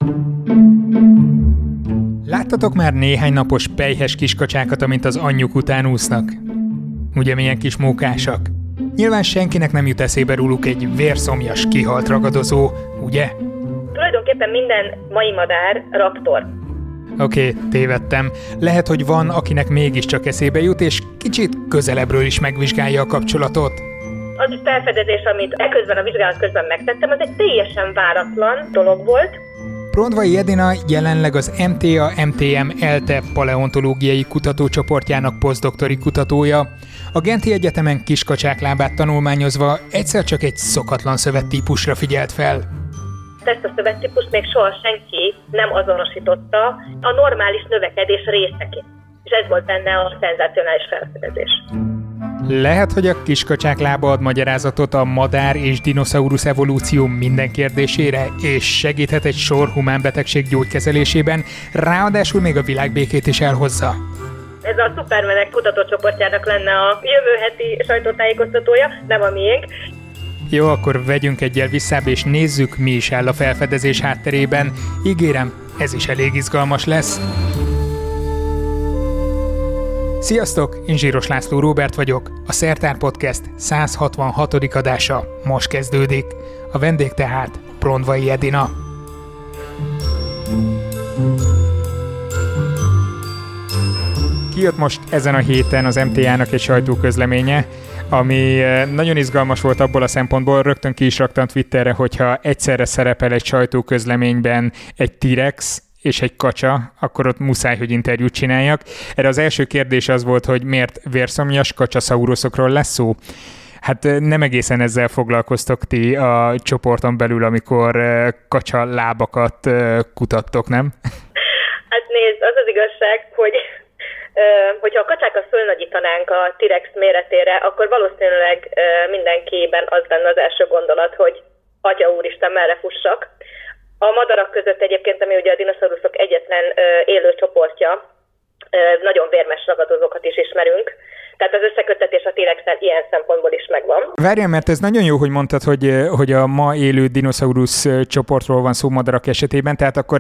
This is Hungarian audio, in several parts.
Láttatok már néhány napos pelyhes kiskacsákat, amint az anyjuk után úsznak? Ugye milyen kis mókásak? Nyilván senkinek nem jut eszébe róluk egy vérszomjas, kihalt ragadozó, ugye? Tulajdonképpen minden mai madár raptor. Oké, tévedtem. Lehet, hogy van, akinek mégiscsak eszébe jut, és kicsit közelebbről is megvizsgálja a kapcsolatot. Az a felfedezés, amit eközben a vizsgálat közben megtettem, az egy teljesen váratlan dolog volt. Prondvai Edina jelenleg az MTA-MTM ELTE paleontológiai kutatócsoportjának posztdoktori kutatója. A Genti Egyetemen kiskacsák lábát tanulmányozva egyszer csak egy szokatlan szövettípusra figyelt fel. Ezt a szövettípust még soha senki nem azonosította a normális növekedés részeként. És ez volt benne a szenzácionális felfedezés. Lehet, hogy a kiskacsák lába ad magyarázatot a madár és dinoszaurusz evolúció minden kérdésére, és segíthet egy sor humán betegség gyógykezelésében, ráadásul még a világbékét is elhozza. Ez a Supermanek kutatócsoportjának lenne a jövő heti sajtótájékoztatója, nem a miénk. Jó, akkor vegyünk egyel visszább, és nézzük, mi is áll a felfedezés hátterében. Ígérem, ez is elég izgalmas lesz. Sziasztok, én Zsíros László Róbert vagyok, a Szertár Podcast 166. adása most kezdődik. A vendég tehát Prondvai Edina. Kijött most ezen a héten az MTA-nak egy sajtóközleménye, ami nagyon izgalmas volt abból a szempontból, rögtön ki is raktam Twitterre, hogyha egyszerre szerepel egy sajtóközleményben egy T-rex és egy kacsa, akkor ott muszáj, hogy interjút csináljak. Erre az első kérdés az volt, hogy miért vérszomjas kacsasaurusokról lesz szó? Hát nem egészen ezzel foglalkoztok ti a csoporton belül, amikor kacsa lábakat kutattok, nem? Hát nézd, az az igazság, hogyha a kacsákat fölnagyítanánk a T-rex méretére, akkor valószínűleg mindenkiben az lenne az első gondolat, hogy Atya úristen, merre fussak. A madarak között egyébként, ami ugye a dinoszauruszok egyetlen élő csoportja, nagyon vérmes ragadozókat is ismerünk. Tehát az összeköttetés a T-rexel ilyen szempontból is megvan. Várjál, mert ez nagyon jó, hogy mondtad, hogy a ma élő dinoszaurusz csoportról van szó madarak esetében, tehát akkor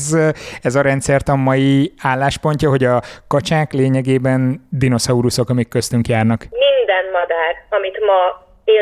ez a rendszert a mai álláspontja, hogy a kacsák lényegében dinoszauruszok, amik köztünk járnak. Minden madár, amit ma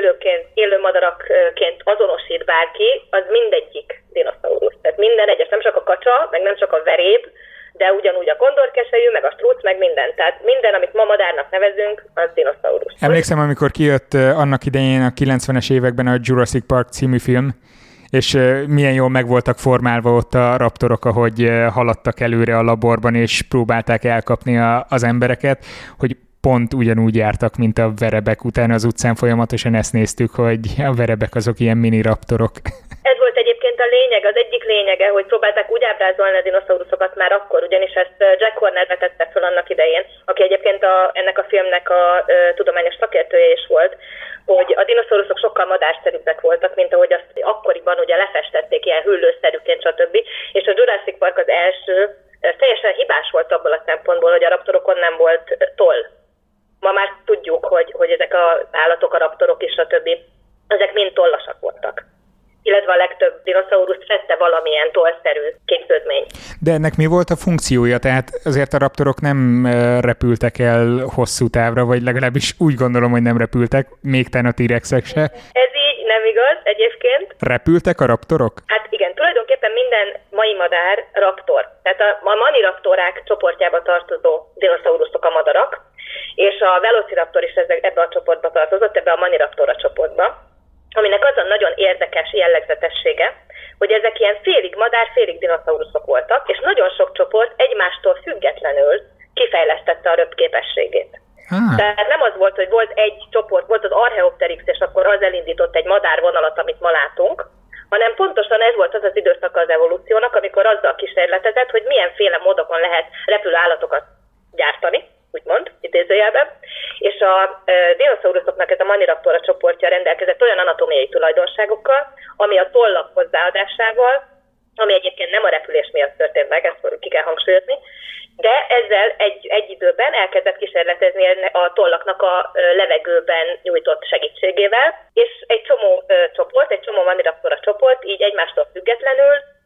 élő madarakként azonosít bárki, az mindegyik dinoszaurusz. Tehát minden egyes, nem csak a kacsa, meg nem csak a veréb, de ugyanúgy a kondorkeselyű, meg a strúc, meg minden. Tehát minden, amit ma madárnak nevezünk, az dinoszaurusz. Emlékszem, amikor kijött annak idején a 90-es években a Jurassic Park című film, és milyen jól meg voltak formálva ott a raptorok, ahogy haladtak előre a laborban, és próbálták elkapni az embereket, hogy pont ugyanúgy jártak, mint a verebek. Utána az utcán folyamatosan ezt néztük, hogy a verebek azok ilyen mini raptorok. Ez volt egyébként a lényeg, az egyik lényege, hogy próbálták úgy ábrázolni a dinoszauruszokat már akkor, ugyanis ezt Jack Horner vetette föl annak idején, aki egyébként ennek a filmnek a tudományos szakértője is volt, hogy a dinoszauruszok sokkal madárszerűbbek voltak, mint ahogy azt akkoriban ugye lefestették ilyen hüllőszerűként, stb. És a Jurassic Park az első teljesen hibás volt abból a szempontból, hogy a raptorokon nem volt toll. Ma már tudjuk, hogy ezek az állatok, a raptorok és a többi, ezek mind tollasak voltak. Illetve a legtöbb dinoszaurusz fette valamilyen tollszerű képződmény. De ennek mi volt a funkciója? Tehát azért a raptorok nem repültek el hosszú távra, vagy legalábbis úgy gondolom, hogy nem repültek, még tán a T-rexek se. Ez így nem igaz egyébként. Repültek a raptorok? Hát igen, tulajdonképpen minden mai madár raptor. Tehát a maniraptorák csoportjába tartozó dinoszauruszok a madarak, és a velociraptor is ebbe a csoportba tartozott, ebbe a maniraptora csoportba, aminek az a nagyon érdekes jellegzetessége, hogy ezek ilyen félig madár, félig dinoszauruszok voltak, és nagyon sok csoport egymástól függetlenül kifejlesztette a röpképességét. Tehát nem az volt, hogy volt egy csoport, volt az Archaeopteryx, és akkor az elindított egy madárvonalat, amit ma látunk, hanem pontosan ez volt az az időszaka az evolúciónak, amikor azzal kísérletezett, hogy milyenféle módokon lehet repülő állatokat gyártani, úgymond, idézőjelben, és a dinoszauruszoknak ez a maniraptora csoportja rendelkezett olyan anatómiai tulajdonságokkal, ami a tollak hozzáadásával, ami egyébként nem a repülés miatt történt meg, ezt ki kell hangsúlyozni, de ezzel egy időben elkezdett kísérletezni a tollaknak a levegőben nyújtott segítségével, és egy csomó csoport, egy csomó maniraptora csoport így egymástól függetlenül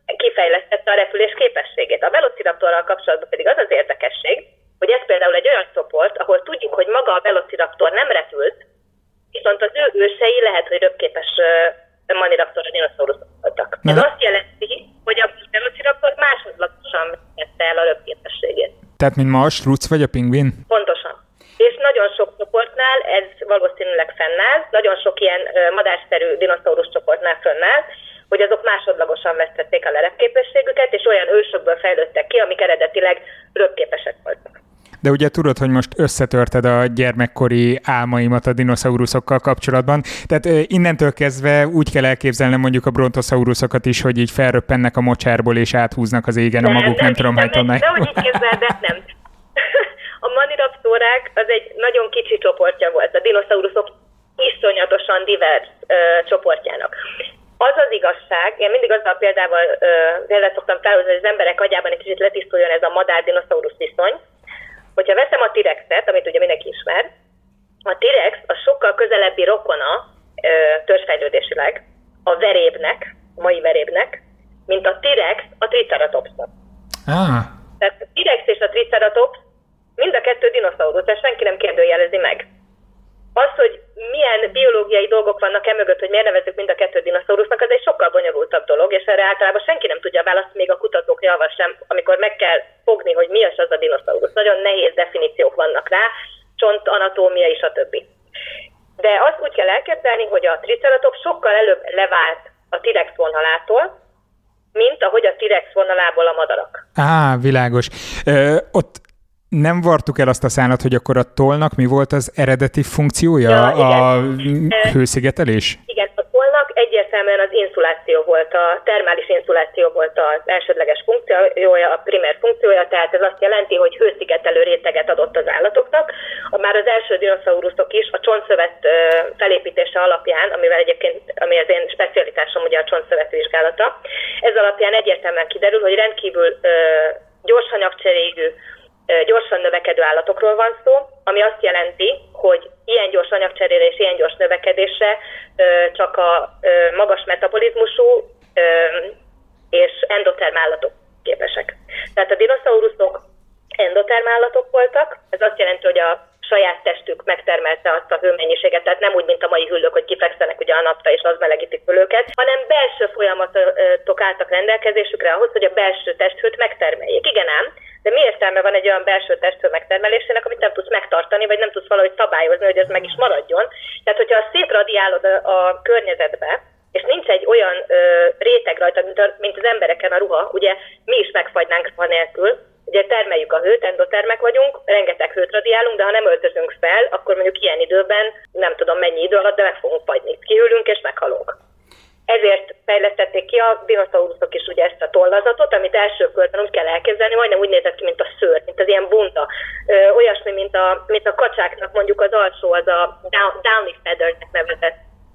kifejlesztette a repülés képességét. A Velociraptorral kapcsolatban pedig az az érdekesség, hogy ez például egy olyan csoport, ahol tudjuk, hogy maga a Velociraptor nem repült, viszont az ő ősei lehet, hogy röpképes Maniraptor dinoszauruszok voltak. Ez azt jelenti, hogy a Velociraptor másodlagosan vette el a röpképességét. Tehát, mint ma a struc vagy a pingvin? Pontosan. És nagyon sok csoportnál ez valószínűleg fennáll, nagyon sok ilyen madárszerű dinoszaurusz csoportnál fennáll, hogy azok másodlagosan vesztették a lerepképességüket, és olyan ősökből fejlődtek ki, amik eredetileg röpképesek voltak. De ugye tudod, hogy most összetörted a gyermekkori álmaimat a dinoszauruszokkal kapcsolatban, tehát innentől kezdve úgy kell elképzelnem mondjuk a brontoszauruszokat is, hogy így felröppennek a mocsárból és áthúznak az égen a maguk nem tudom hány tonnáig. De hogy így képzeld, de nem. A maniraptorák az egy nagyon kicsi csoportja volt a dinoszauruszok iszonyatosan divers csoportjának. Az az igazság, én mindig azzal példával szoktam felhozni, hogy az emberek agyában egy kicsit letisztuljon ez a madár-dinoszaurusz viszony. Hogyha veszem a T-rexet, amit ugye mindenki ismer, a T-rex a sokkal közelebbi rokona törzsfejlődésileg a verébnek, a mai verébnek, mint a T-rex a triceratopsnak. Tehát a T-rex és a triceratops mind a kettő dinoszaurusz, ezt senki nem kérdőjelezi meg. Az, hogy milyen biológiai dolgok vannak emögött, hogy miért nevezzük mind a kettő dinoszaurusznak, az egy sokkal bonyolultabb dolog, és erre általában senki nem tudja a választ, még a kutatók java sem, amikor meg kell fogni, hogy mi az a dinoszaurusz. Nagyon nehéz definíciók vannak rá, csont, anatómia és a többi. De azt úgy kell elképzelni, hogy a triceratops sokkal előbb levált a T-rex vonalától, mint ahogy a T-rex vonalából a madarak. Világos. Ott nem vartuk el azt a szálat, hogy akkor a tollnak mi volt az eredeti funkciója? A hőszigetelés? Igen, a tollnak egyértelműen az inszuláció volt, a termális inszuláció volt az elsődleges funkciója, a primer funkciója, tehát ez azt jelenti, hogy hőszigetelő réteget adott az állatoknak. Már az első dinoszauruszok is a csontszövet felépítése alapján, ami az én specialitásom ugye a csontszövet vizsgálata, ez alapján egyértelműen kiderül, hogy rendkívül gyors anyagcseréjű, gyorsan növekedő állatokról van szó, ami azt jelenti, hogy ilyen gyors anyagcserére és ilyen gyors növekedésre csak a magas metabolizmusú és endoterm állatok képesek. Tehát a dinoszauruszok endoterm állatok voltak, ez azt jelenti, hogy a saját testük megtermelte azt a hőmennyiséget, tehát nem úgy, mint a mai hüllők, hogy kifekszenek ugye a napra és az melegítik föl őket, hanem belső folyamatok álltak rendelkezésükre ahhoz, hogy a belső testhőt megtermeljék. Igen ám, de mi értelme van egy olyan belső testhő megtermelésének, amit nem tudsz megtartani, vagy nem tudsz valahogy szabályozni, hogy ez meg is maradjon. Tehát, hogyha szétradiálod a környezetbe, és nincs egy olyan réteg rajta, mint az embereken a ruha, ugye mi is megfagynánk ha nélkül, ugye termeljük a hőt, endotermek vagyunk, rengeteg hőt radiálunk, de ha nem öltözünk fel, akkor mondjuk ilyen időben, nem tudom mennyi idő alatt, de meg fogunk fagyni. Kihűlünk és meghalunk. Ezért fejlesztették ki a dinoszauruszok is ugye ezt a tollazatot, amit első körben úgy kell elképzelni, majdnem úgy nézett ki, mint a szőr, mint az ilyen bunta. Olyasmi, mint a kacsáknak mondjuk az alsó, az a downy feathernek nevezett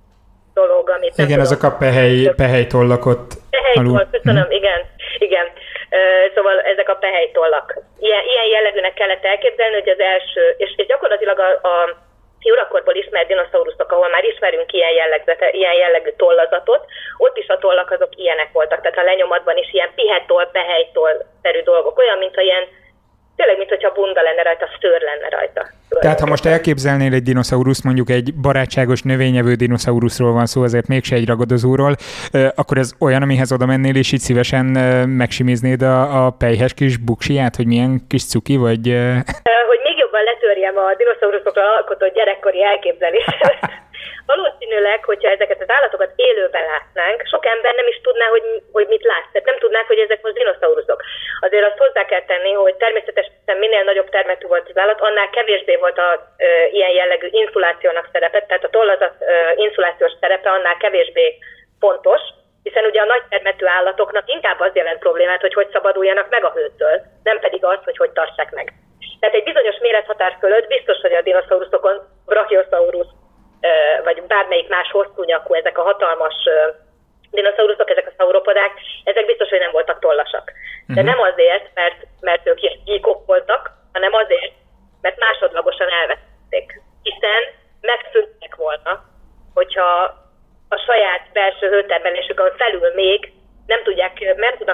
dolog, amit igen, azok a pehelytollak ott alul. Köszönöm, igen. Szóval ezek a pehelytollak. Ilyen jellegűnek kellett elképzelni, hogy az első, és gyakorlatilag a jurakorból ismert dinoszauruszok, ahol már ismerünk ilyen jellegű tollazatot, ott is a tollak azok ilyenek voltak, tehát a lenyomatban is ilyen pihetoll, pehelytoll-szerű dolgok, olyan, mintha ilyen, tényleg, mintha bunda lenne rajta, szőr lenne rajta. Tehát ha most elképzelnél egy dinoszaurusz, mondjuk egy barátságos növényevő dinoszauruszról van szó, azért mégse egy ragadozóról, akkor ez olyan, amihez oda mennél, és így szívesen megsimiznéd a pelyhes kis buksiját, hogy milyen kis cuki, vagy... Hogy még jobban letörjem a dinoszauruszokra alkotott gyerekkori elképzelést. Valószínűleg, hogyha ezeket az állatokat élőben látnánk, sok ember nem is tudná, hogy mit lát. Tehát nem tudnák, hogy ezek most dinoszauruszok. Azért azt hozzá kell tenni, hogy természetesen minél nagyobb termetű volt az állat, annál kevésbé volt ilyen jellegű inszulációnak szerepe, tehát a tollazat inszulációs szerepe annál kevésbé fontos, hiszen ugye a nagy termetű állatoknak inkább az jelent problémát, hogy szabaduljanak meg a hőtől, nem pedig az, hogy tartsák meg. Tehát egy bizonyos mérethatár fölött biztos, hogy a dinoszauruszokon, Brachiosaurus, vagy bármelyik más hosszú nyakú, ezek a hatalmas dinoszauruszok, ezek a szauropodák, ezek biztos, hogy nem voltak tollasak. De nem azért, mert ők ilyen gyíkok voltak, hanem azért, mert másodlagosan elvesztették. Hiszen megszűntek volna, hogyha a saját belső hőtermelésükön felül még nem tudnak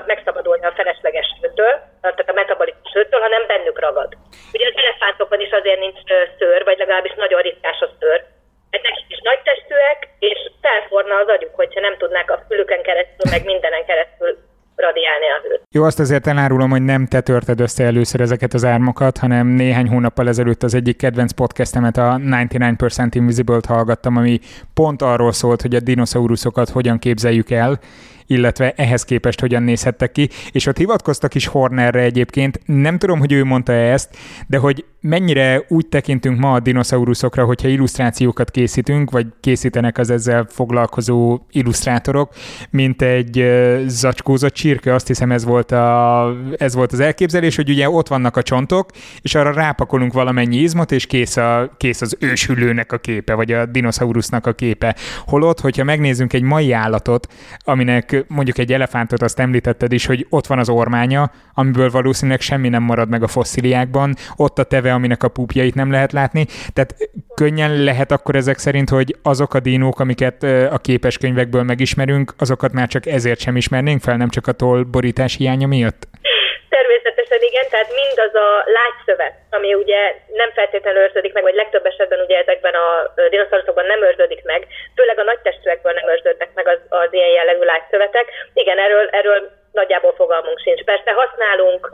felesleges sőtől, tehát a metabolikus sőtől, hanem bennük ragad. Ugye az elefántokban is azért nincs szőr, vagy legalábbis nagyon ritkás a szőr. Nekik is nagy testűek, és felforna az agyuk, hogyha nem tudnák a fülüken keresztül, meg mindenen keresztül radiálni az őt. Jó, azt azért elárulom, hogy nem te törted össze először ezeket az ármokat, hanem néhány hónappal ezelőtt az egyik kedvenc podcastemet, a 99% Invisible-t hallgattam, ami pont arról szólt, hogy a dinoszauruszokat hogyan képzeljük el, illetve ehhez képest hogyan nézhettek ki, és ott hivatkoztak is Hornerre egyébként, nem tudom, hogy ő mondta ezt, de hogy mennyire úgy tekintünk ma a dinoszauruszokra, hogyha illusztrációkat készítünk, vagy készítenek az ezzel foglalkozó illusztrátorok, mint egy zacskózott csirke, azt hiszem ez volt az elképzelés, hogy ugye ott vannak a csontok, és arra rápakolunk valamennyi izmot, és kész az őshüllőnek a képe, vagy a dinoszaurusznak a képe. Holott, hogyha megnézzünk egy mai állatot, aminek mondjuk egy elefántot, azt említetted is, hogy ott van az ormánya, amiből valószínűleg semmi nem marad meg a fosszíliákban, ott a teve, aminek a púpjait nem lehet látni, tehát könnyen lehet akkor ezek szerint, hogy azok a dinók, amiket a képeskönyvekből megismerünk, azokat már csak ezért sem ismernénk fel, nem csak a tollborítás hiánya miatt? Természetesen igen, tehát mindaz a lágyszövet, ami ugye nem feltétlenül őrződik meg, vagy legtöbb esetben ugye ezekben a dinoszauruszokban nem őrződik meg, főleg a nagy testűekből nem őrződnek meg az ilyen jellegű lágyszövetek. Igen, erről nagyjából fogalmunk sincs. Persze használunk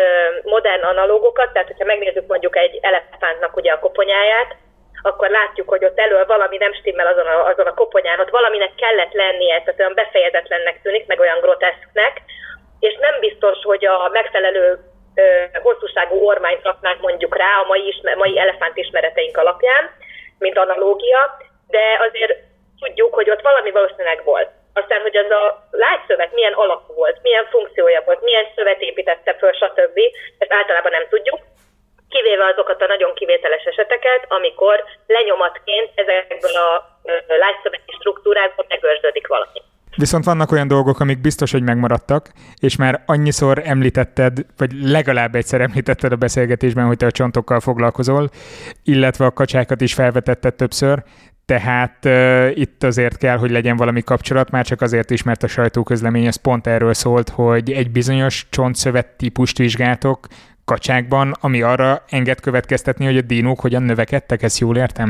modern analógokat, tehát hogyha megnézzük mondjuk egy elefántnak ugye a koponyáját, akkor látjuk, hogy ott elől valami nem stimmel azon a koponyán, ott valaminek kellett lennie, tehát olyan befejezetlennek tűnik, meg olyan groteszknek, és nem biztos, hogy a megfelelő hosszúságú ormányt raknánk mondjuk rá a mai elefánt ismereteink alapján, mint analógia, de azért tudjuk, hogy ott valami valószínűleg volt. Aztán, hogy az a lágyszövet milyen alakú volt, milyen funkciója volt, milyen szövet építette föl, stb. Ezt általában nem tudjuk, kivéve azokat a nagyon kivételes eseteket, amikor lenyomatként ezekből a lágyszöveti struktúrákból megőrződik valami. Viszont vannak olyan dolgok, amik biztos, hogy megmaradtak, és már annyiszor említetted, vagy legalább egyszer említetted a beszélgetésben, hogy te a csontokkal foglalkozol, illetve a kacsákat is felvetetted többször, tehát itt azért kell, hogy legyen valami kapcsolat, már csak azért is, mert a sajtóközlemény az pont erről szólt, hogy egy bizonyos csontszövet típust vizsgáltok kacsákban, ami arra enged következtetni, hogy a dinók hogyan növekedtek, ezt jól értem?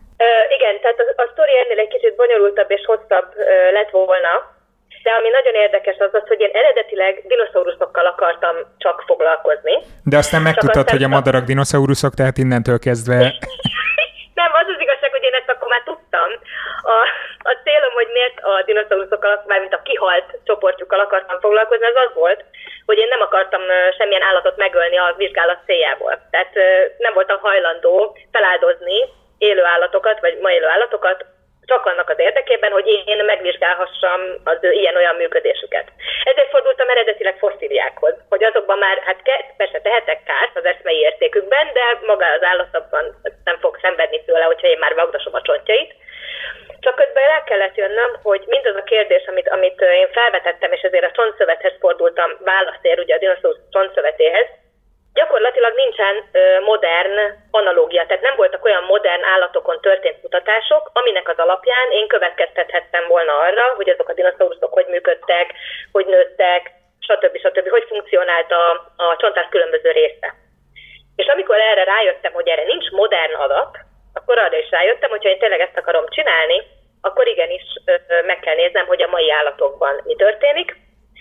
Igen, tehát a sztori ennél egy kicsit bonyolultabb és hosszabb lett volna, de ami nagyon érdekes az, hogy én eredetileg dinoszauruszokkal akartam csak foglalkozni. De aztán megtudtad, hogy a madarak dinoszauruszok, tehát innentől kezdve... Nem, az az igazság, hogy én ezt akkor már tudtam. A célom, hogy miért a dinoszauruszokkal, mármint a kihalt csoportjukkal akartam foglalkozni, az az volt, hogy én nem akartam semmilyen állatot megölni a vizsgálat céljából. Tehát nem voltam hajlandó feláldozni élő állatokat, vagy ma élő állatokat, csak annak az érdekében, hogy én megvizsgálhassam az ilyen-olyan működésüket. Ezért fordultam eredetileg fosszíliákhoz, hogy azokban már, hát persze tehetek kárt az eszmei értékükben, de maga az állatokban nem fog szenvedni tőle, hogyha én már vagdosom a csontjait. Csak közben rá kellett jönnöm, hogy mindaz a kérdés, amit én felvetettem, és ezért a csontszövethez fordultam választér, ugye a dinoszaurusz csontszövetéhez, gyakorlatilag nincsen modern analógia, tehát nem voltak olyan modern állatokon történt kutatások, aminek az alapján én következtethettem volna arra, hogy azok a dinoszauruszok hogy működtek, hogy nőttek, stb. Hogy funkcionált a csontás különböző része. És amikor erre rájöttem, hogy erre nincs modern adat, akkor arra is rájöttem, hogy ha én tényleg ezt akarom csinálni, akkor igenis meg kell néznem, hogy a mai állatokban mi történik,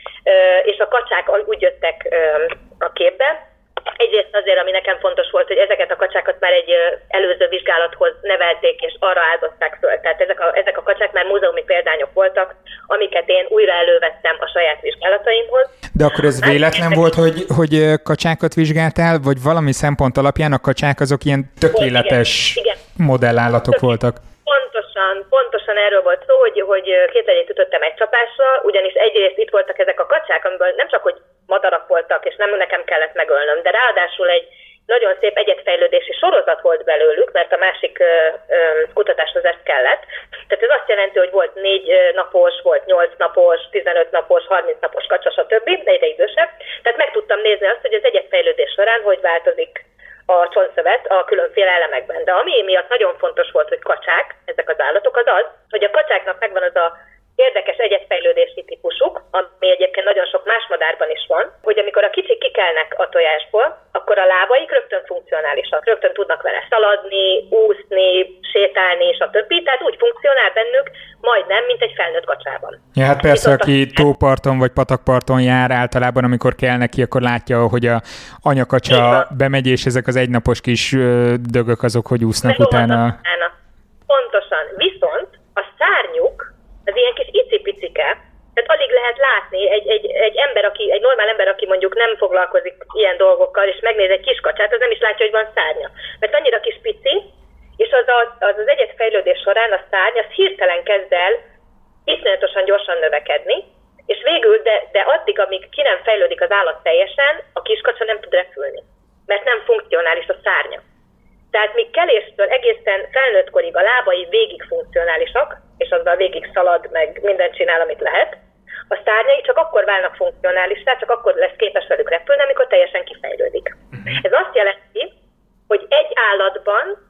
és a kacsák úgy jöttek a képbe. Egyrészt azért, ami nekem fontos volt, hogy ezeket a kacsákat már egy előző vizsgálathoz nevelték, és arra áldozták föl. Tehát ezek a kacsák már múzeumi példányok voltak, amiket én újra elővettem a saját vizsgálataimhoz. De akkor ez véletlen volt, hogy kacsákat vizsgáltál, vagy valami szempont alapján a kacsák azok ilyen tökéletes igen. Modellállatok voltak? Pontosan erről volt szó, hogy két legyét ütöttem egy csapásra, ugyanis egyrészt itt voltak ezek a kacsák, amiből nem csak, hogy madarak voltak, és nem nekem kellett megölnöm, de ráadásul egy nagyon szép egyedfejlődési sorozat volt belőlük, mert a másik kutatáshoz ezt kellett. Tehát ez azt jelenti, hogy volt 4 napos, volt 8 napos, 15 napos, 30 napos kacsa, stb., de egyre idősebb. Tehát meg tudtam nézni azt, hogy az egyedfejlődés során hogy változik a csontszövet a különféle elemekben. De ami miatt nagyon fontos volt, hogy kacsák, ezek az állatok, az, hogy a kacsáknak megvan az a érdekes egyedfejlődési típusuk, ami egyébként nagyon sok más madárban is van, hogy amikor a kicsik kikelnek a tojásból, akkor a lábaik rögtön funkcionálisak, rögtön tudnak vele szaladni, úszni, sétálni és a többi, tehát úgy funkcionál bennük majdnem, mint egy felnőtt kacsában. Ja, hát persze, aki tóparton vagy patakparton jár általában, amikor kell neki, akkor látja, hogy a anyakacsa bemegy, és ezek az egynapos kis dögök azok, hogy úsznak utána. Pontosan. Viszont a szárnyuk az ilyen kis icipicike, tehát alig lehet látni egy ember, egy normál ember, aki mondjuk nem foglalkozik ilyen dolgokkal, és megnéz egy kiskacsát, az nem is látja, hogy van szárnya. Mert annyira kis pici, és az egyedfejlődés során a szárny az hirtelen kezd el iszonyatosan gyorsan növekedni, és végül, de addig, amíg ki nem fejlődik az állat teljesen, a kiskacsa nem tud repülni, mert nem funkcionális a szárnya. Tehát míg keléstől egészen felnőttkorig a lábai végig funkcionálisak, és azzal végig szalad, meg mindent csinál, amit lehet, a szárnyai csak akkor válnak funkcionálissá, csak akkor lesz képes velük repülni, amikor teljesen kifejlődik. Ez azt jelenti, hogy egy állatban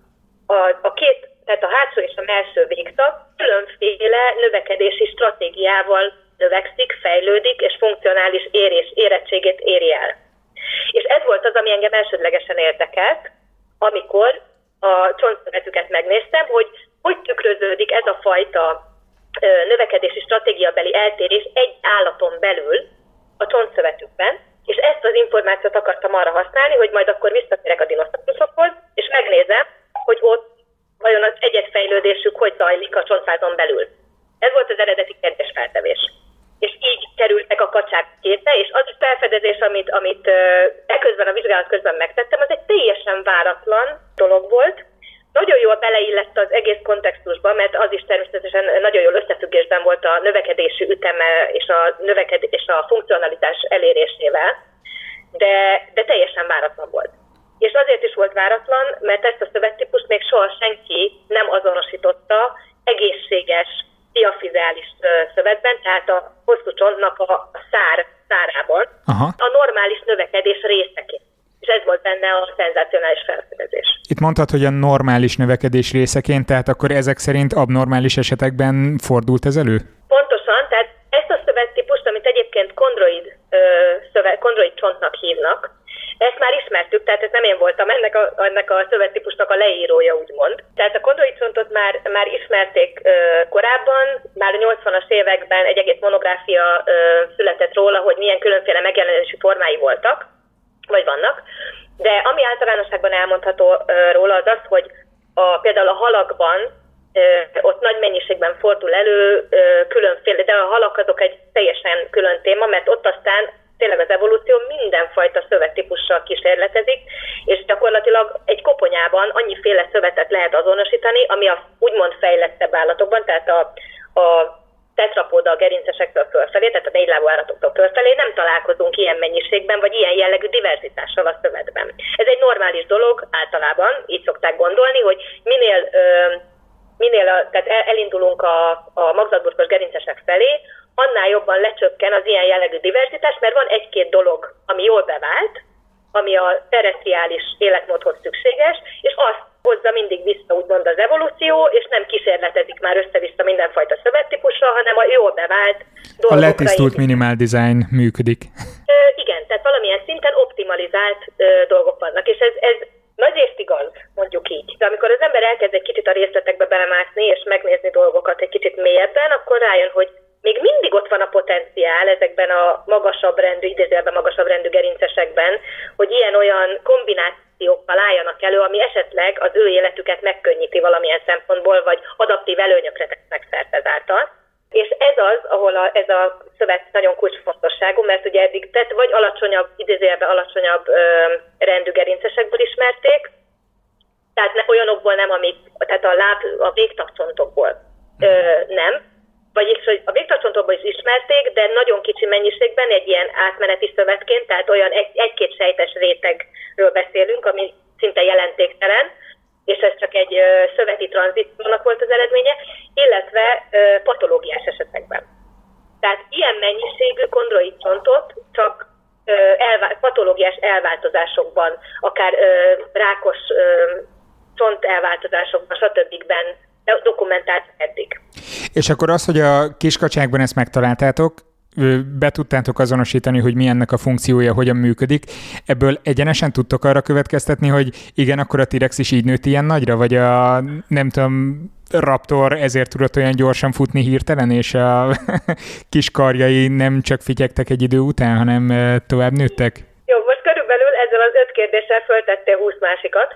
tehát a hátsó és a mellső végtag különféle növekedési stratégiával növekszik, fejlődik, és funkcionális érettségét éri el. És ez volt az, ami engem elsődlegesen érdekelt, amikor a csontszövetüket megnéztem, hogy tükröződik ez a fajta növekedési stratégiabeli eltérés egy állaton belül a csontszövetükben, és ezt az információt akartam arra használni, hogy majd akkor visszatérek a dinoszauruszokhoz, és megnézem, hogy ott vajon az egyedfejlődésük hogy zajlik a csontfázon belül. Ez volt az eredeti kérdésfeltevés. És így kerültek a kacsák képbe, és az a felfedezés, amit eközben a vizsgálat közben megtettem, az egy teljesen váratlan dolog volt. Nagyon jól beleillett az egész kontextusba, mert az is természetesen nagyon jól összefüggésben volt a növekedési üteme és a funkcionalitás elérésével, de teljesen váratlan volt. És azért is volt váratlan, mert ezt a szövettípust még soha senki nem azonosította egészséges diafizeális szövetben, tehát a hosszú csontnak a szárában, a normális növekedés részeként. És ez volt benne a szenzácionális felfedezés. Itt mondtad, hogy a normális növekedés részeként, tehát akkor ezek szerint abnormális esetekben fordult ez elő? Pontosan, tehát ezt a szövettípust, amit egyébként kondroid csontnak hívnak, ezt már ismertük, tehát ez nem én voltam ennek a szövettípusnak a leírója, úgymond. Tehát a kondroid csontot már ismerték korábban, már a 80-as években egy egész monográfia született róla, hogy milyen különféle megjelenési formái voltak, vagy vannak. De ami általánosságban elmondható róla az az, hogy például a halakban ott nagy mennyiségben fordul elő különféle, de a halak azok egy teljesen külön téma, mert ott aztán tényleg az evolúció mindenfajta szövettípussal kísérletezik, és gyakorlatilag egy koponyában annyiféle szövetet lehet azonosítani, ami a úgymond fejlettebb állatokban, tehát a tetrapóda gerincesektől fölfelé, tehát a négylábú állatoktól fölfelé nem találkozunk ilyen mennyiségben, vagy ilyen jellegű diverzitással a szövetben. Ez egy normális dolog általában, így szokták gondolni, hogy tehát elindulunk a magzatburkos gerincesek felé, annál jobban lecsökken az ilyen jellegű diverzitás, mert van egy-két dolog, ami jól bevált, ami a terrestriális életmódhoz szükséges, és azt hozza mindig vissza úgymond az evolúció, és nem kísérletezik már össze-vissza mindenfajta szövettípussal, hanem a jól bevált dolgokra. A letisztult minimál design működik. Igen, tehát valamilyen szinten optimalizált dolgok vannak, és ez nagyrészt igaz, mondjuk így. De amikor az ember elkezd egy kicsit a részletekbe belemászni, és megnézni dolgokat egy kicsit mélyebben, akkor rájön, hogy még mindig ott van a potenciál ezekben a idézőjelben magasabb rendű gerincesekben, hogy ilyen-olyan kombinációkkal álljanak elő, ami esetleg az ő életüket megkönnyíti valamilyen szempontból, vagy adaptív előnyökre tesznek szert ezáltal. És ez az, ahol ez a szövet nagyon kulcsfontosságú, mert ugye eddig vagy idézőjelben alacsonyabb rendű gerincesekből ismerték, tehát olyanokból nem, tehát a végtagcsontokból nem. Vagyis, hogy a végtagcsontokból is ismerték, de nagyon kicsi mennyiségben egy ilyen átmeneti szövetként, tehát olyan egy-két sejtes rétegről beszélünk, ami szinte jelentéktelen, és ez csak egy szöveti tranzíciónak volt az eredménye, illetve patológiás esetekben. Tehát ilyen mennyiségű kondroid csontot csak patológiás elváltozásokban, akár rákos csont elváltozásokban, stb. Dokumentált eddig. És akkor az, hogy a kiskacsákban ezt megtaláltátok, be tudtátok azonosítani, hogy mi ennek a funkciója, hogyan működik. Ebből egyenesen tudtok arra következtetni, hogy igen, akkor a T-rex is így nőtt ilyen nagyra, vagy a nem tudom, raptor ezért tudott olyan gyorsan futni hirtelen, és a kis karjai nem csak fityegtek egy idő után, hanem tovább nőttek? Jó, most körülbelül ezzel az 5 kérdéssel föltettél 20 másikat.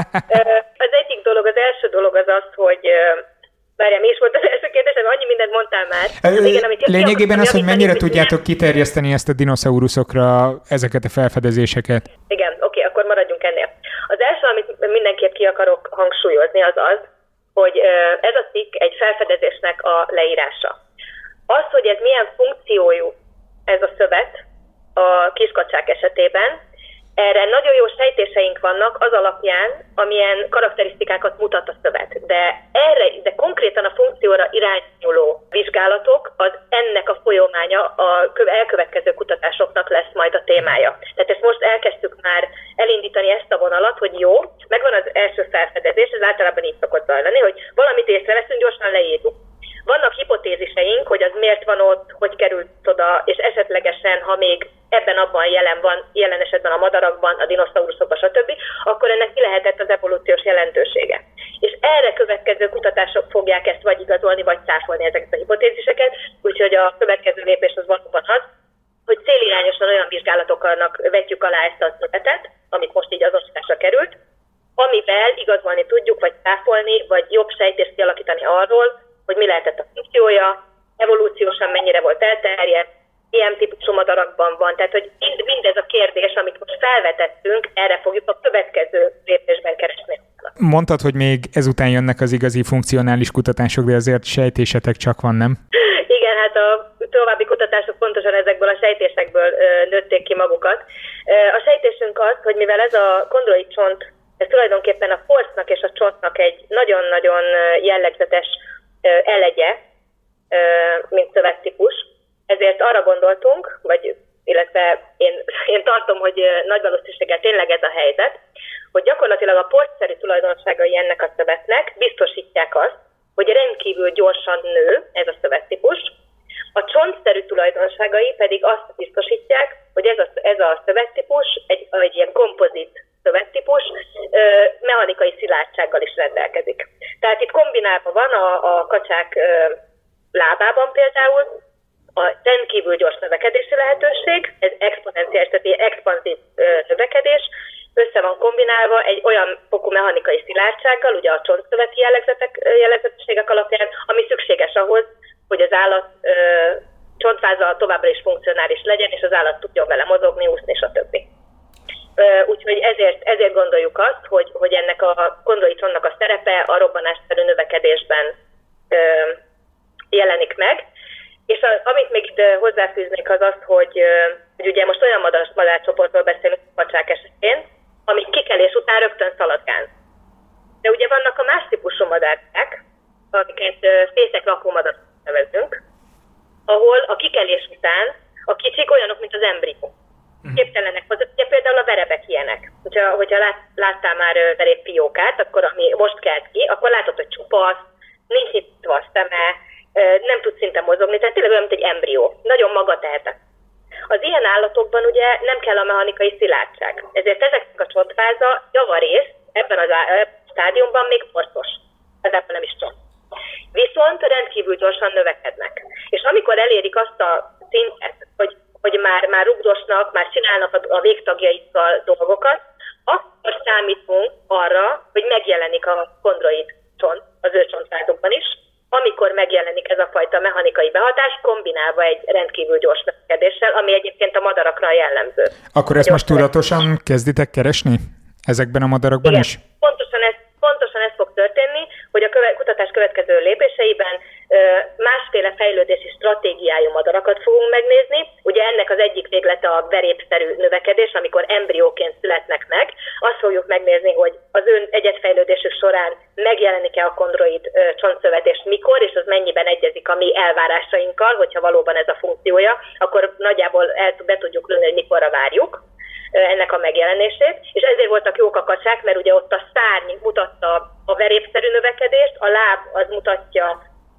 Az egyik dolog, az első dolog az az, hogy várjál, mi is volt az első kérdés, annyi mindent mondtál már. Igen, lényegében az, hogy mennyire tudjátok kiterjeszteni ezt a dinoszauruszokra ezeket a felfedezéseket. Igen, oké, akkor maradjunk ennél. Az első, amit mindenképp ki akarok hangsúlyozni, az az, hogy ez a cikk egy felfedezésnek a leírása. Az, hogy ez milyen funkciójú ez a szövet a kiskacsák esetében, erre nagyon jó sejtéseink vannak az alapján, amilyen karakterisztikákat mutat a szövet. De konkrétan a funkcióra irányuló vizsgálatok, az ennek a folyamánya a elkövetkező kutatásoknak lesz majd a témája. Tehát ezt most elkezdtük már elindítani ezt a vonalat, hogy jó, megvan az első felfedezés, ez általában így szokott zajlani, hogy valamit észreveszünk, gyorsan leírjuk. Vannak hipotéziseink, hogy az miért van ott, hogy került oda, és esetlegesen, ha még ebben-abban jelen van, jelen esetben a madarakban, a dinoszauruszokban, stb., akkor ennek mi lehetett az evolúciós jelentősége. És erre következő kutatások fogják ezt vagy igazolni, vagy cáfolni ezeket a hipotéziseket, úgyhogy a következő lépés az valóban az, hogy célirányosan olyan vizsgálatoknak vetjük alá ezt a szövetet, amit most így azonosításra került, amivel igazolni tudjuk, vagy cáfolni, vagy jobb sejtést kialakítani arról, hogy mi lehetett a funkciója, evolúciósan mennyire volt elterjedt, ilyen típusú madarakban van. Tehát, hogy mindez a kérdés, amit most felvetettünk, erre fogjuk a következő lépésben keresni. Mondtad, hogy még ezután jönnek az igazi funkcionális kutatások, de azért sejtésetek csak van, nem? Igen, hát a további kutatások pontosan ezekből a sejtésekből nőtték ki magukat. A sejtésünk az, hogy mivel ez a kondroid csont, ez tulajdonképpen a porcnak és a csontnak egy nagyon-nagyon jellegzetes elegye, mint szövettípus. Ezért arra gondoltunk, illetve én tartom, hogy nagy valószínűséggel tényleg ez a helyzet, hogy gyakorlatilag a porcszerű tulajdonságai ennek a szövetnek biztosítják azt, hogy rendkívül gyorsan nő ez a szövettípus. A csontszerű tulajdonságai pedig azt biztosítják, hogy ez a szövettípus egy ilyen kompozit szövettípus mechanikai szilárdsággal is rendelkezik. Tehát itt kombinálva van a kacsák lábában például a rendkívül gyors növekedési lehetőség, ez exponenciális, tehát expanzív növekedés, össze van kombinálva egy olyan fokú mechanikai szilárdsággal, ugye a csontszöveti jellegzetességek alapján, ami szükséges ahhoz, hogy az állat csontváza továbbra is funkcionális legyen, és az állat tudjon vele mozogni, úszni, stb. Úgyhogy ezért gondoljuk azt, hogy ennek a kondroid csontnak a szerepe a robbanásszerű növekedésben jelenik meg. És amit még itt hozzáfűznék az az, hogy ugye most olyan madárcsoportról beszélünk a kacsák esetén, amik kikelés után rögtön szaladgál. De ugye vannak a más típusú madárkák, amiket fészek lakómadarak nevezünk, ahol a kikelés után a kicsik olyanok, mint az embrió. Képtelenek hozzá, ugye például a verebek ilyenek. Hogyha láttál már verépfiókát, akkor ami most kelt ki, akkor látod, hogy csupasz, nincs nyitva a szeme, nem tud szinte mozogni, tehát tényleg olyan, mint egy embrió. Nagyon magatehetek. Az ilyen állatokban ugye nem kell a mechanikai szilárdság. Ezért ezeknek a csontváza javarészt ebben a stádiumban még porcos. Ezáltal nem is csont. Viszont rendkívül gyorsan növekednek. És amikor elérik azt a szintet, hogy már rugdosnak, már csinálnak a végtagjaikkal dolgokat, akkor számítunk arra, hogy megjelenik a kondroid csont az ő csontvázukban is, amikor megjelenik ez a fajta mechanikai behatás, kombinálva egy rendkívül gyors növekedéssel, ami egyébként a madarakra jellemző. Akkor ezt most tudatosan kezditek keresni? Ezekben a madarakban igen, is? Pontosan ez fog történni, hogy a kutatás következő lépéseiben másféle fejlődési stratégiájú madarakat fogunk megnézni. Ugye ennek az egyik véglete a verépszerű növekedés, amikor embrióként születnek meg. Azt fogjuk megnézni, hogy az ő egyedfejlődésük során megjelenik-e a kondroid csontszövet és mikor, és az mennyiben egyezik a mi elvárásainkkal, hogyha valóban ez a funkciója, akkor nagyjából be tudjuk lőni, hogy mikorra várjuk ennek a megjelenését, és ezért voltak jók a kacsák, mert ugye ott a szárny mutatta a verépszerű növekedést, a láb az mutatja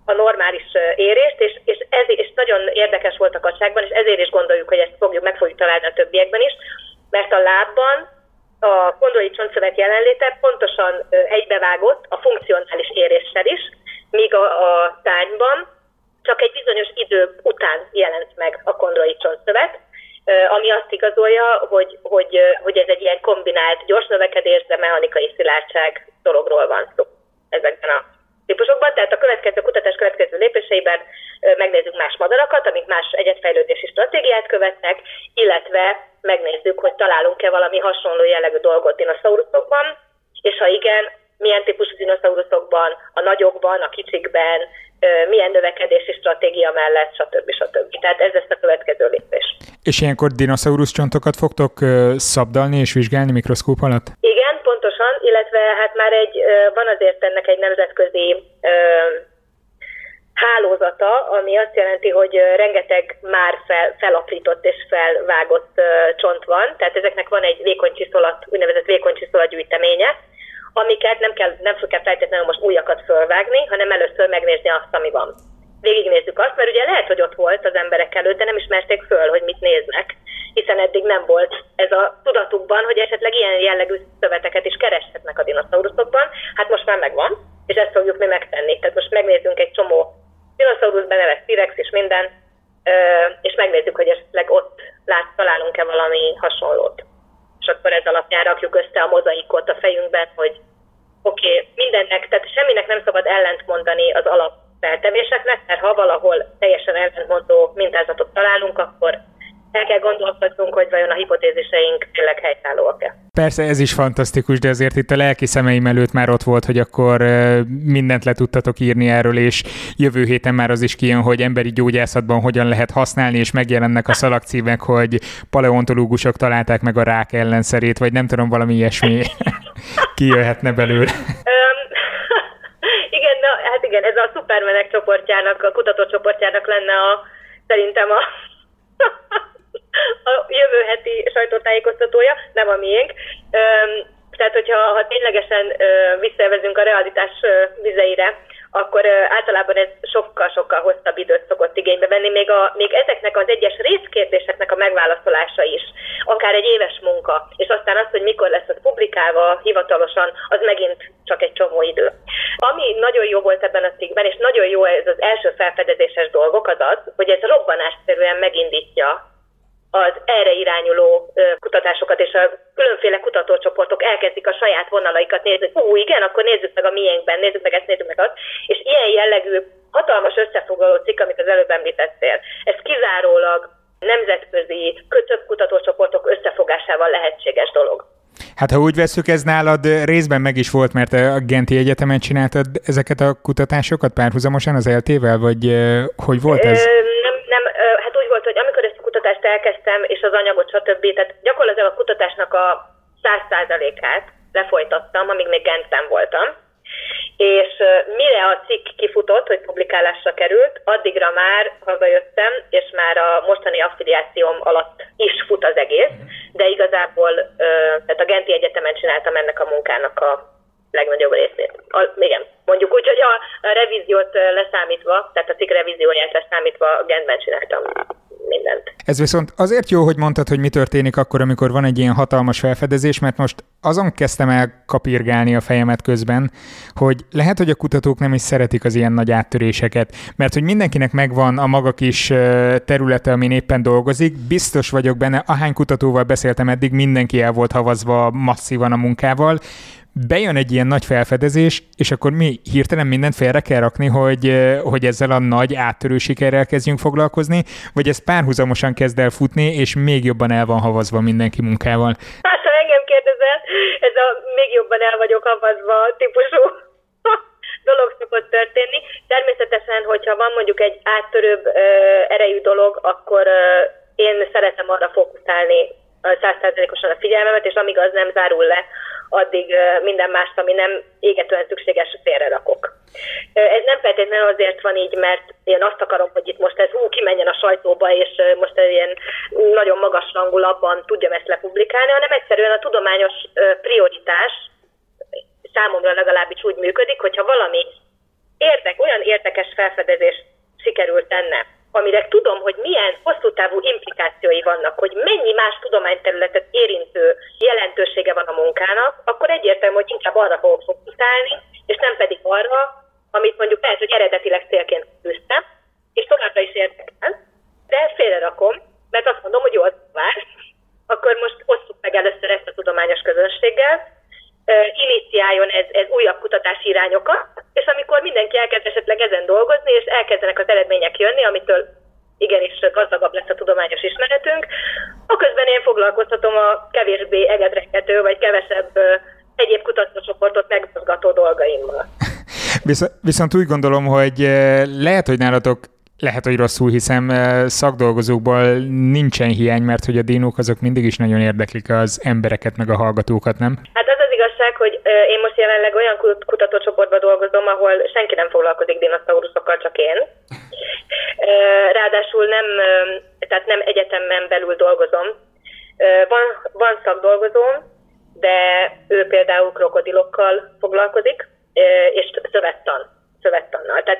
a normális érést, és nagyon érdekes volt a kacsákban, és ezért is gondoljuk, hogy ezt meg fogjuk találni a többiekben is, mert a lábban a kondroi csontszövet jelenléte pontosan egybevágott a funkcionális éréssel is, míg a tányban csak egy bizonyos idő után jelent meg a kondroi csontszövet, ami azt igazolja, hogy ez egy ilyen kombinált gyors növekedés, de mechanikai szilárdság dologról van szó ezekben a típusokban. Tehát a kutatás következő lépéseiben megnézzük más madarakat, amik más egyedfejlődési stratégiát követnek, illetve megnézzük, hogy találunk-e valami hasonló jellegű dolgot dinoszauruszokban, és ha igen, milyen típusú dinoszauruszokban, a nagyokban, a kicsikben, milyen növekedési stratégia mellett, stb. Tehát ez lesz a következő lépés. És ilyenkor dinoszaurusz csontokat fogtok szabdalni és vizsgálni mikroszkóp alatt? Igen, pontosan, illetve hát már van azért ennek egy nemzetközi hálózata, ami azt jelenti, hogy rengeteg már felaprított és felvágott csont van, tehát ezeknek van egy úgynevezett vékony csiszolat gyűjteménye, amiket nem kell feltétlenül most újakat fölvágni, hanem először megnézni azt, ami van. Végignézzük azt, mert ugye lehet, hogy ott volt az emberek előtt, de nem ismerték föl, hogy mit néznek, hiszen eddig nem volt ez a tudatukban, hogy esetleg ilyen jellegű szöveteket is kereshetnek a dinoszauruszokban. Hát most már megvan, és ezt fogjuk mi megtenni. Tehát most megnézzünk egy csomó dinoszaurusz benevezt T-rex és minden, és megnézzük, hogy esetleg ott találunk-e valami hasonlót. És akkor ez alapján rakjuk össze a mozaikot a fejünkben, hogy oké, mindennek, tehát semminek nem szabad ellentmondani az alapfeltevéseknek, mert ha valahol teljesen ellentmondó mintázatot találunk, akkor el kell gondolkodnunk, hogy vajon a hipotéziseink tényleg helytállóak-e. Persze, ez is fantasztikus, de azért itt a lelki szemeim előtt már ott volt, hogy akkor mindent le tudtatok írni erről, és jövő héten már az is kijön, hogy emberi gyógyászatban hogyan lehet használni, és megjelennek a szalagcímek, hogy paleontológusok találták meg a rák ellenszerét, vagy nem tudom, valami ilyesmi kijöhetne belőle. Igen, ez a szupermenek csoportjának, a kutatócsoportjának lenne szerintem a jövő heti sajtótájékoztatója, nem a miénk. Tehát, hogyha ténylegesen visszavezünk a realitás vizeire, akkor általában ez sokkal-sokkal hosszabb időt szokott igénybe venni, még ezeknek az egyes részkérdéseknek a megválaszolása is, akár egy éves munka, és aztán az, hogy mikor lesz az publikálva hivatalosan, az megint csak egy csomó idő. Ami nagyon jó volt ebben a cikkben, és nagyon jó ez az első felfedezéses dolgok, az az, hogy ez robbanásszerűen megindítja az erre irányuló kutatásokat, és a különféle kutatócsoportok elkezdik a saját vonalaikat nézni, hogy igen, akkor nézzük meg a miénkben, nézzük meg ezt, nézzük meg azt, és ilyen jellegű hatalmas összefoglaló cikk, amit az előbb említettél, ez kizárólag nemzetközi több kutatócsoportok összefogásával lehetséges dolog. Hát ha úgy vesszük, ez nálad részben meg is volt, mert a Genti Egyetemen csináltad ezeket a kutatásokat párhuzamosan az ELTE-vel, vagy hogy volt ez? Hát úgy volt, hogy amikor ezt a kutatást elkezdtem, és az anyagot, stb., tehát gyakorlatilag a kutatásnak a 100%-át lefolytattam, amíg még Gentben voltam, és mire a cikk kifutott, hogy publikálásra került, addigra már hazajöttem, és már a mostani affiliációm alatt is fut az egész, de igazából tehát a Genti Egyetemen csináltam ennek a munkának a legnagyobb részét. Igen, mondjuk úgy, hogy a revíziót leszámítva, tehát a cikk revízióját leszámítva Gentben csináltam mindent. Ez viszont azért jó, hogy mondtad, hogy mi történik akkor, amikor van egy ilyen hatalmas felfedezés, mert most azon kezdtem el kapirgálni a fejemet közben, hogy lehet, hogy a kutatók nem is szeretik az ilyen nagy áttöréseket, mert hogy mindenkinek megvan a maga kis területe, amin éppen dolgozik, biztos vagyok benne, ahány kutatóval beszéltem eddig, mindenki el volt havazva masszívan a munkával, bejön egy ilyen nagy felfedezés, és akkor mi hirtelen mindent félre kell rakni, hogy ezzel a nagy áttörő sikerrel kezdjünk foglalkozni, vagy ez párhuzamosan kezd el futni, és még jobban el van havazva mindenki munkával? Hát, ha engem kérdezel, ez a még jobban el vagyok havazva típusú dolog szokott történni. Természetesen, hogyha van mondjuk egy áttörőbb erejű dolog, akkor én szeretem arra fókuszálni 100%-osan a figyelmemet, és amíg az nem zárul le, addig minden mást, ami nem égetően szükséges, félre rakok. Ez nem feltétlenül azért van így, mert én azt akarom, hogy itt most ez kimenjen a sajtóba, és most egy ilyen nagyon magas rangulapban tudjam ezt lepublikálni, hanem egyszerűen a tudományos prioritás számomra legalábbis úgy működik, hogyha valami olyan érdekes felfedezést sikerült tennem, amire tudom, hogy milyen hosszú távú implikációi vannak, hogy mennyi más tudományterületet érintő jelentősége van a munkának, akkor egyértelmű, hogy inkább arra fogok fókuszálni, és nem pedig arra, amit mondjuk lehet, hogy eredetileg célként tűztem, és továbbra is érdekel, de félrerakom, mert azt mondom, hogy jó, az vár, akkor most osszuk meg először ezt a tudományos közönséggel, iniciáljon ez újabb kutatási irányokat, és amikor mindenki elkezd esetleg ezen dolgozni, és elkezdenek az eredmények jönni, amitől igenis gazdagabb lesz a tudományos ismeretünk, aközben én foglalkoztatom a kevésbé egedrengető, vagy kevesebb egyéb kutatócsoportot megmozgató dolgaimmal. Viszont úgy gondolom, hogy lehet, hogy nálatok, lehet, hogy rosszul hiszem, szakdolgozókból nincsen hiány, mert hogy a dinók azok mindig is nagyon érdeklik az embereket, meg a hallgatókat, nem? Hát az az igazság, hogy én most jelenleg olyan kutatócsoportban dolgozom, ahol senki nem foglalkozik dinoszauruszokkal, csak én. Ráadásul nem egyetemen belül dolgozom. Van szakdolgozóm, de ő például krokodilokkal foglalkozik, és szövettannal. Tehát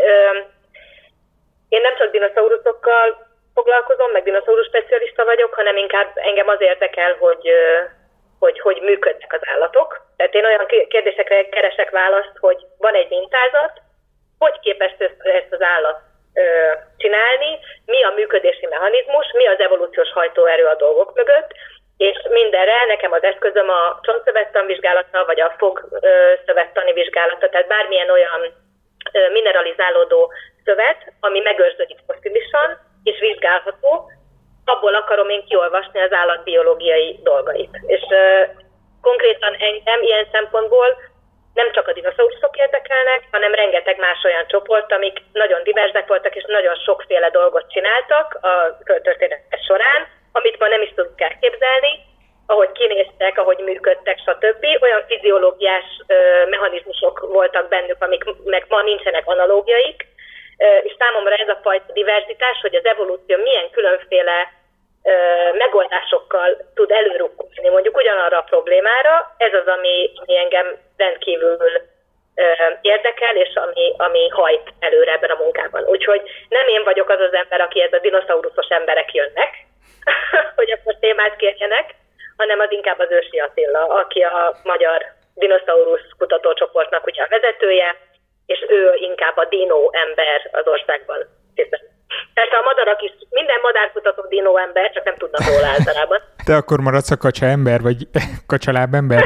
én nem csak dinoszauruszokkal foglalkozom, meg dinoszaurusz specialista vagyok, hanem inkább engem az érdekel, hogy működnek az állatok. Tehát én olyan kérdésekre keresek választ, hogy van egy mintázat, hogy képes ezt az állat csinálni, mi a működési mechanizmus, mi az evolúciós hajtóerő a dolgok mögött, és mindenre nekem az eszközöm a csontszövettan vizsgálata, vagy a fogszövettani vizsgálata, tehát bármilyen olyan mineralizálódó szövet, ami megőrződik fosszilisan, és vizsgálható, abból akarom én kiolvasni az állatbiológiai dolgait. És konkrétan engem ilyen szempontból nem csak a dinoszauruszok érdekelnek, hanem rengeteg más olyan csoport, amik nagyon diversek voltak, és nagyon sokféle dolgot csináltak a történet során, amit ma nem is tudunk elképzelni, ahogy kinéztek, ahogy működtek, stb. Olyan fiziológiás mechanizmusok voltak bennük, amiknek ma nincsenek analógiaik, és számomra ez a fajta diverzitás, hogy az evolúció milyen különféle megoldásokkal tud előrukkolni mondjuk ugyanarra a problémára, ez az, ami engem rendkívül érdekel, és ami hajt előre ebben a munkában. Úgyhogy nem én vagyok az az ember, akihez a dinoszauruszos emberek jönnek, hogy akkor témát kérjenek, hanem az inkább az Ősi Attila, aki a magyar dinoszaurusz kutatócsoportnak ugye a vezetője, és ő inkább a dino ember az országban. Persze a madarak is, minden madárkutató dino ember, csak nem tudnak róla általában. Te akkor maradsz a kacsa ember, vagy kacsaláb ember?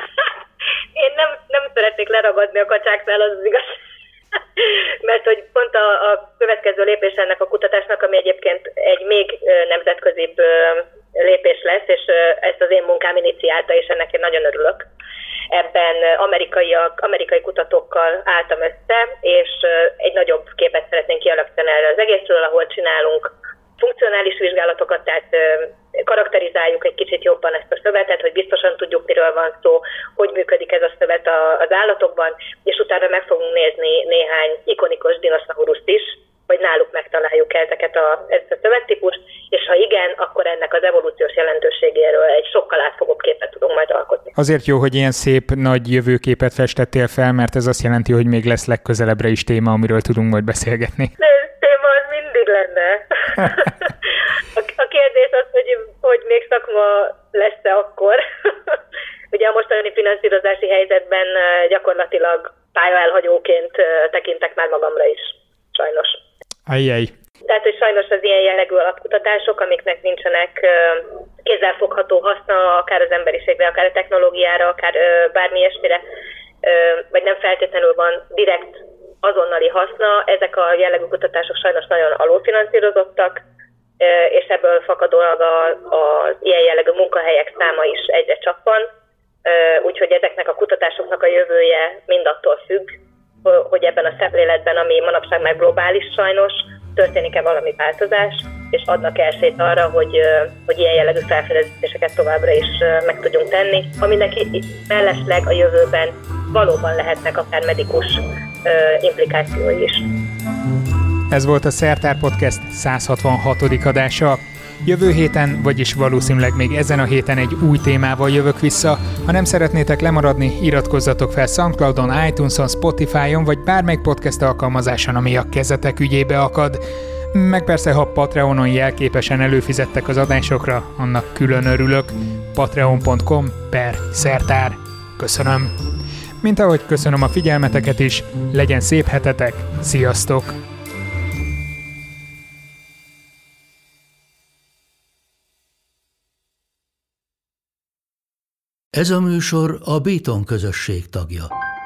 Én nem szeretnék leragadni a kacsáknál, az igaz. Mert hogy pont a következő lépés ennek a kutatásnak, ami egyébként egy még nemzetközibb lépés lesz, és ezt az én munkám iniciálta, és ennek én nagyon örülök. Ebben amerikai kutatókkal álltam össze, és egy nagyobb képet szeretnénk kialakítani erre az egészről, ahol csinálunk funkcionális vizsgálatokat, tehát karakterizáljuk egy kicsit jobban ezt a szövetet, hogy biztosan tudjuk, miről van szó, hogy működik ez a szövet az állatokban, és utána meg fogunk nézni néhány ikonikus dinoszauruszt is, hogy náluk megtaláljuk ezt a szövettípust, és ha igen, akkor ennek az evolúciós jelentőségéről egy sokkal átfogóbb képet tudunk majd alkotni. Azért jó, hogy ilyen szép nagy jövőképet festettél fel, mert ez azt jelenti, hogy még lesz legközelebbre is téma, amiről tudunk majd beszélgetni. Téma az mindig lenne. A kérdés az, hogy még szakma lesz-e akkor. Ugye a mostani finanszírozási helyzetben gyakorlatilag pályaelhagyóként tekintek már magamra is, sajnos. Ajjaj. Tehát, hogy sajnos az ilyen jellegű alapkutatások, amiknek nincsenek kézzelfogható haszna, akár az emberiségre, akár a technológiára, akár bármi ilyesmire, vagy nem feltétlenül van direkt azonnali haszna, ezek a jellegű kutatások sajnos nagyon alulfinanszírozottak, és ebből fakadólag az ilyen jellegű munkahelyek száma is egyre csappan, úgyhogy ezeknek a kutatásoknak a jövője mind attól függ, hogy ebben a szemléletben, ami manapság már globális sajnos, történik-e valami változás, és adnak esélyt arra, hogy ilyen jellegű felfedezéseket továbbra is meg tudjunk tenni, aminek mellesleg a jövőben valóban lehetnek akár medikus implikációi is. Ez volt a Szertár Podcast 166. adása. Jövő héten, vagyis valószínűleg még ezen a héten egy új témával jövök vissza. Ha nem szeretnétek lemaradni, iratkozzatok fel SoundCloudon, iTunes-on, Spotify-on, vagy bármelyik podcast alkalmazáson, ami a kezetek ügyébe akad. Meg persze, ha Patreonon jelképesen előfizettek az adásokra, annak külön örülök. patreon.com/szertár. Köszönöm. Mint ahogy köszönöm a figyelmeteket is, legyen szép hetetek, sziasztok! Ez a műsor a Béton közösség tagja.